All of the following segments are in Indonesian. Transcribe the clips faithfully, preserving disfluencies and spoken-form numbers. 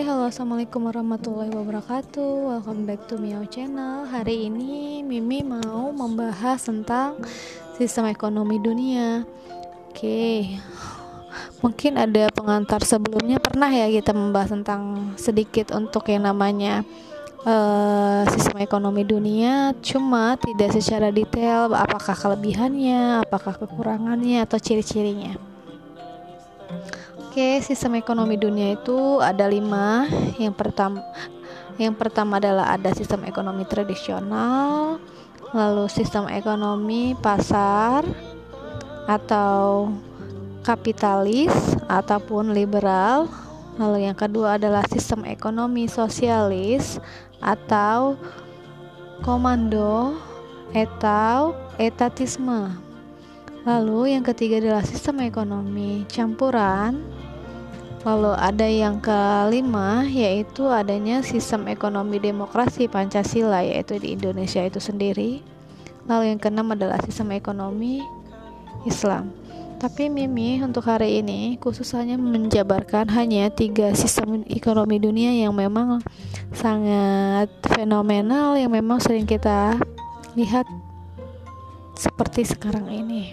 Halo, assalamualaikum warahmatullahi wabarakatuh. Welcome back to Miao Channel. Hari ini Mimi mau membahas tentang sistem ekonomi dunia. Oke, mungkin ada pengantar sebelumnya pernah ya kita membahas tentang sedikit untuk yang namanya uh, sistem ekonomi dunia, cuma tidak secara detail apakah kelebihannya, apakah kekurangannya, atau ciri-cirinya. Oke, sistem ekonomi dunia itu ada lima. Yang pertama, yang pertama adalah ada sistem ekonomi tradisional, lalu sistem ekonomi pasar atau kapitalis ataupun liberal. Lalu yang kedua adalah sistem ekonomi sosialis atau komando atau etatisme. Lalu yang ketiga adalah sistem ekonomi campuran. Lalu ada yang kelima, yaitu adanya sistem ekonomi demokrasi Pancasila, yaitu di Indonesia itu sendiri. Lalu yang keenam adalah sistem ekonomi Islam. Tapi Mimi untuk hari ini khusus hanya menjabarkan hanya tiga sistem ekonomi dunia yang memang sangat fenomenal, yang memang sering kita lihat seperti sekarang ini.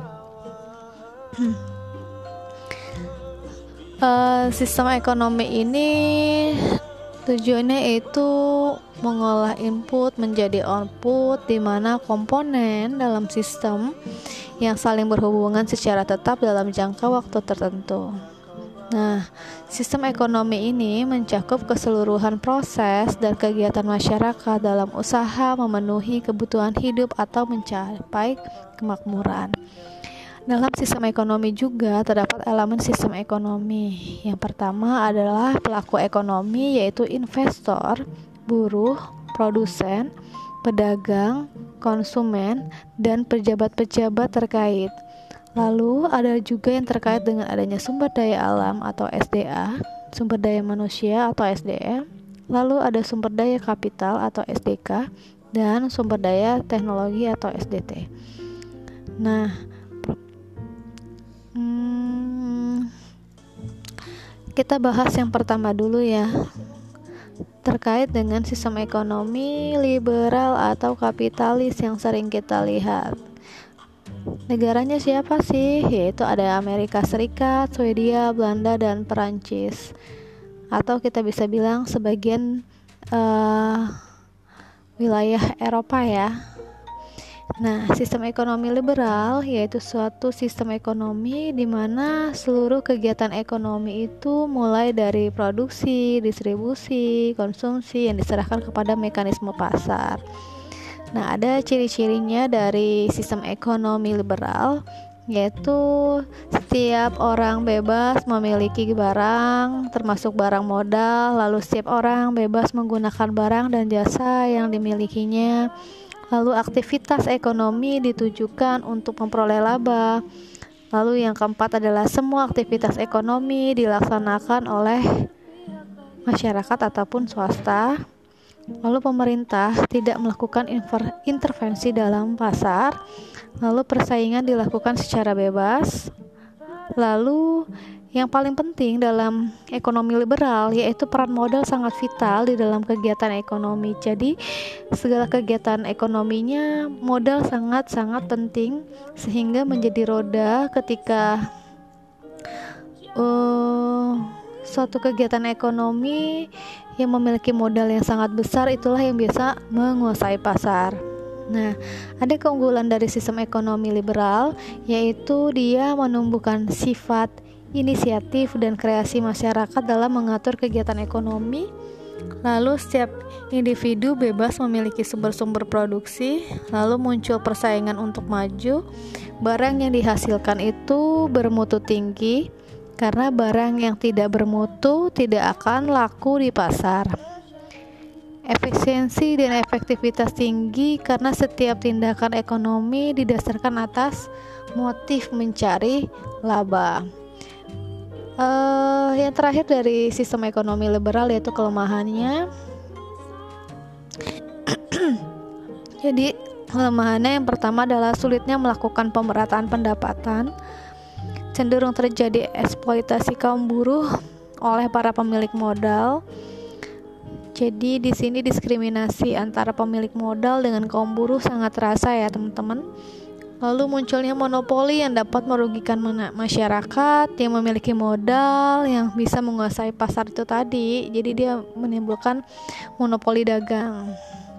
Uh, sistem ekonomi ini tujuannya itu mengolah input menjadi output, di mana komponen dalam sistem yang saling berhubungan secara tetap dalam jangka waktu tertentu. Nah, sistem ekonomi ini mencakup keseluruhan proses dan kegiatan masyarakat dalam usaha memenuhi kebutuhan hidup atau mencapai kemakmuran. Dalam sistem ekonomi juga terdapat elemen sistem ekonomi. Yang pertama adalah pelaku ekonomi, yaitu investor, buruh, produsen, pedagang, konsumen, dan pejabat-pejabat terkait. Lalu ada juga yang terkait dengan adanya sumber daya alam atau S D A, sumber daya manusia atau S D M, lalu ada sumber daya kapital atau S D K, dan sumber daya teknologi atau S D T. Nah, hmm, kita bahas yang pertama dulu ya, terkait dengan sistem ekonomi liberal atau kapitalis yang sering kita lihat. Negaranya siapa sih? Yaitu ada Amerika Serikat, Swedia, Belanda, dan Perancis. Atau kita bisa bilang sebagian uh, wilayah Eropa ya. Nah, sistem ekonomi liberal yaitu suatu sistem ekonomi di mana seluruh kegiatan ekonomi itu mulai dari produksi, distribusi, konsumsi yang diserahkan kepada mekanisme pasar. Nah, ada ciri-cirinya dari sistem ekonomi liberal, yaitu setiap orang bebas memiliki barang, termasuk barang modal, lalu setiap orang bebas menggunakan barang dan jasa yang dimilikinya. Lalu aktivitas ekonomi ditujukan untuk memperoleh laba. Lalu yang keempat adalah semua aktivitas ekonomi dilaksanakan oleh masyarakat ataupun swasta. Lalu pemerintah tidak melakukan intervensi dalam pasar. Lalu persaingan dilakukan secara bebas. Lalu yang paling penting dalam ekonomi liberal yaitu peran modal sangat vital di dalam kegiatan ekonomi. Jadi segala kegiatan ekonominya modal sangat-sangat penting, sehingga menjadi roda ketika uh, suatu kegiatan ekonomi yang memiliki modal yang sangat besar, itulah yang biasa menguasai pasar. Nah, ada keunggulan dari sistem ekonomi liberal, yaitu dia menumbuhkan sifat inisiatif dan kreasi masyarakat dalam mengatur kegiatan ekonomi. Lalu setiap individu bebas memiliki sumber-sumber produksi, lalu muncul persaingan untuk maju. Barang yang dihasilkan itu bermutu tinggi, karena barang yang tidak bermutu tidak akan laku di pasar. Efisiensi dan efektivitas tinggi karena setiap tindakan ekonomi didasarkan atas motif mencari laba. Uh, yang terakhir dari sistem ekonomi liberal yaitu kelemahannya. Jadi kelemahannya yang pertama adalah sulitnya melakukan pemerataan pendapatan, cenderung terjadi eksploitasi kaum buruh oleh para pemilik modal. Jadi di sini diskriminasi antara pemilik modal dengan kaum buruh sangat terasa ya teman-teman. Lalu munculnya monopoli yang dapat merugikan masyarakat yang memiliki modal yang bisa menguasai pasar itu tadi. Jadi dia menimbulkan monopoli dagang.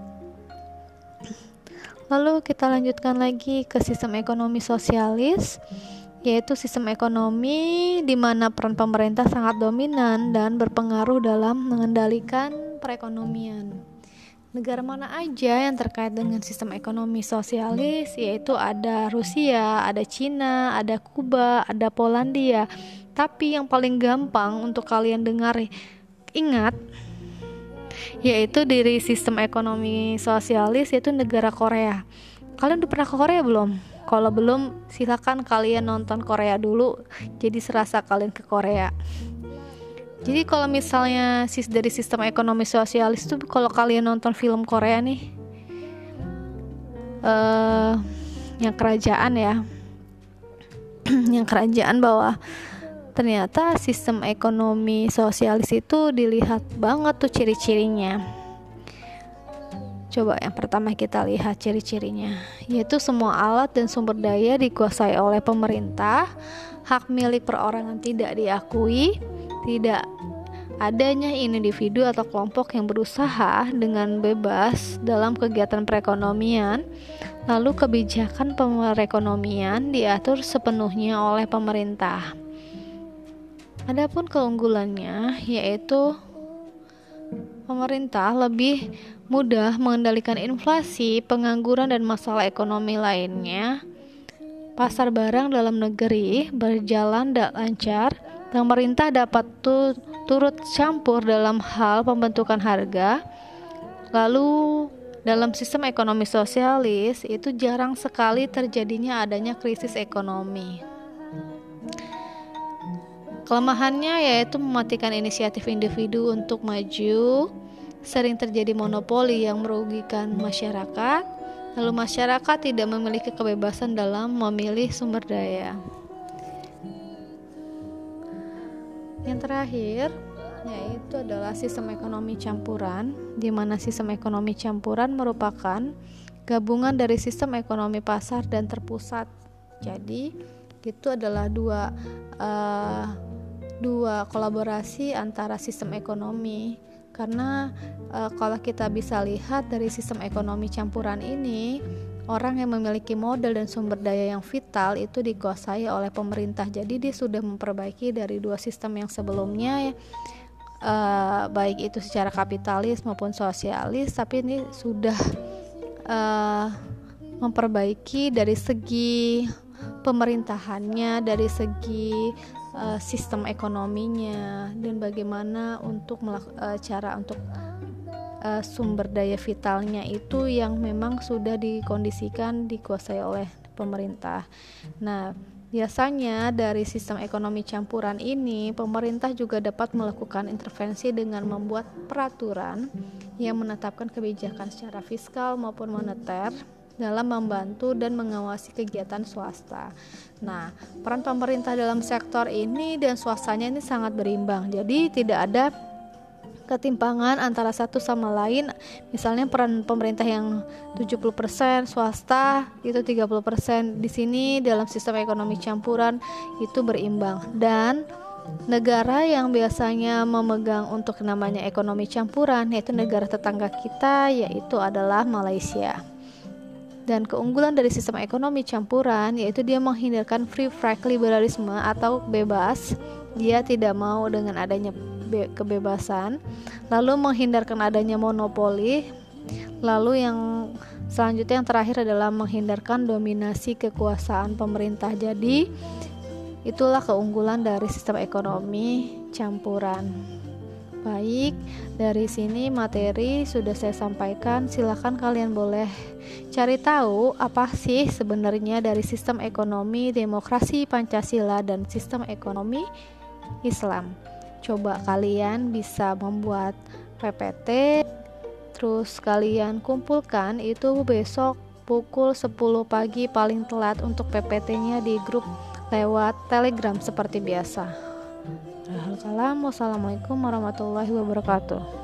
Lalu kita lanjutkan lagi ke sistem ekonomi sosialis, yaitu sistem ekonomi di mana peran pemerintah sangat dominan dan berpengaruh dalam mengendalikan perekonomian. Negara mana aja yang terkait dengan sistem ekonomi sosialis, yaitu ada Rusia, ada Cina, ada Kuba, ada Polandia. Tapi yang paling gampang untuk kalian dengar, ingat, yaitu dari sistem ekonomi sosialis, yaitu negara Korea. Kalian udah pernah ke Korea belum? Kalau belum, silakan kalian nonton Korea dulu, jadi serasa kalian ke Korea. Jadi kalau misalnya sis dari sistem ekonomi sosialis itu, kalau kalian nonton film Korea nih, uh, yang kerajaan ya, yang kerajaan bahwa ternyata sistem ekonomi sosialis itu dilihat banget tuh ciri-cirinya. Coba yang pertama kita lihat ciri-cirinya, yaitu semua alat dan sumber daya dikuasai oleh pemerintah, hak milik perorangan tidak diakui, tidak adanya individu atau kelompok yang berusaha dengan bebas dalam kegiatan perekonomian, lalu kebijakan perekonomian diatur sepenuhnya oleh pemerintah. Adapun keunggulannya yaitu pemerintah lebih mudah mengendalikan inflasi, pengangguran, dan masalah ekonomi lainnya. Pasar barang dalam negeri berjalan tidak lancar. Pemerintah dapat tu, turut campur dalam hal pembentukan harga. Lalu dalam sistem ekonomi sosialis itu jarang sekali terjadinya adanya krisis ekonomi. Kelemahannya yaitu mematikan inisiatif individu untuk maju, sering terjadi monopoli yang merugikan masyarakat, lalu masyarakat tidak memiliki kebebasan dalam memilih sumber daya. Yang terakhir yaitu adalah sistem ekonomi campuran, di mana sistem ekonomi campuran merupakan gabungan dari sistem ekonomi pasar dan terpusat. Jadi itu adalah dua uh, dua kolaborasi antara sistem ekonomi. Karena uh, kalau kita bisa lihat dari sistem ekonomi campuran ini, orang yang memiliki modal dan sumber daya yang vital itu dikuasai oleh pemerintah. Jadi dia sudah memperbaiki dari dua sistem yang sebelumnya, uh, baik itu secara kapitalis maupun sosialis, tapi ini sudah uh, memperbaiki dari segi pemerintahannya, dari segi uh, sistem ekonominya, dan bagaimana untuk melak- uh, cara untuk uh, sumber daya vitalnya itu yang memang sudah dikondisikan dikuasai oleh pemerintah. Nah, biasanya dari sistem ekonomi campuran ini pemerintah juga dapat melakukan intervensi dengan membuat peraturan yang menetapkan kebijakan secara fiskal maupun moneter dalam membantu dan mengawasi kegiatan swasta. Nah, peran pemerintah dalam sektor ini dan swastanya ini sangat berimbang. Jadi tidak ada ketimpangan antara satu sama lain. Misalnya peran pemerintah yang tujuh puluh persen, swasta itu tiga puluh persen. Di sini dalam sistem ekonomi campuran itu berimbang. Dan negara yang biasanya memegang untuk namanya ekonomi campuran yaitu negara tetangga kita, yaitu adalah Malaysia. Dan keunggulan dari sistem ekonomi campuran yaitu dia menghindarkan free trade liberalisme atau bebas. Dia tidak mau dengan adanya be- kebebasan, lalu menghindarkan adanya monopoli, lalu yang selanjutnya yang terakhir adalah menghindarkan dominasi kekuasaan pemerintah. Jadi itulah keunggulan dari sistem ekonomi campuran. Baik, dari sini materi sudah saya sampaikan. Silakan kalian boleh cari tahu apa sih sebenarnya dari sistem ekonomi demokrasi Pancasila dan sistem ekonomi Islam. Coba kalian bisa membuat P P T, terus kalian kumpulkan itu besok pukul sepuluh pagi paling telat untuk P P T-nya di grup lewat Telegram seperti biasa. Rahel kalam. Wassalamualaikum warahmatullahi wabarakatuh.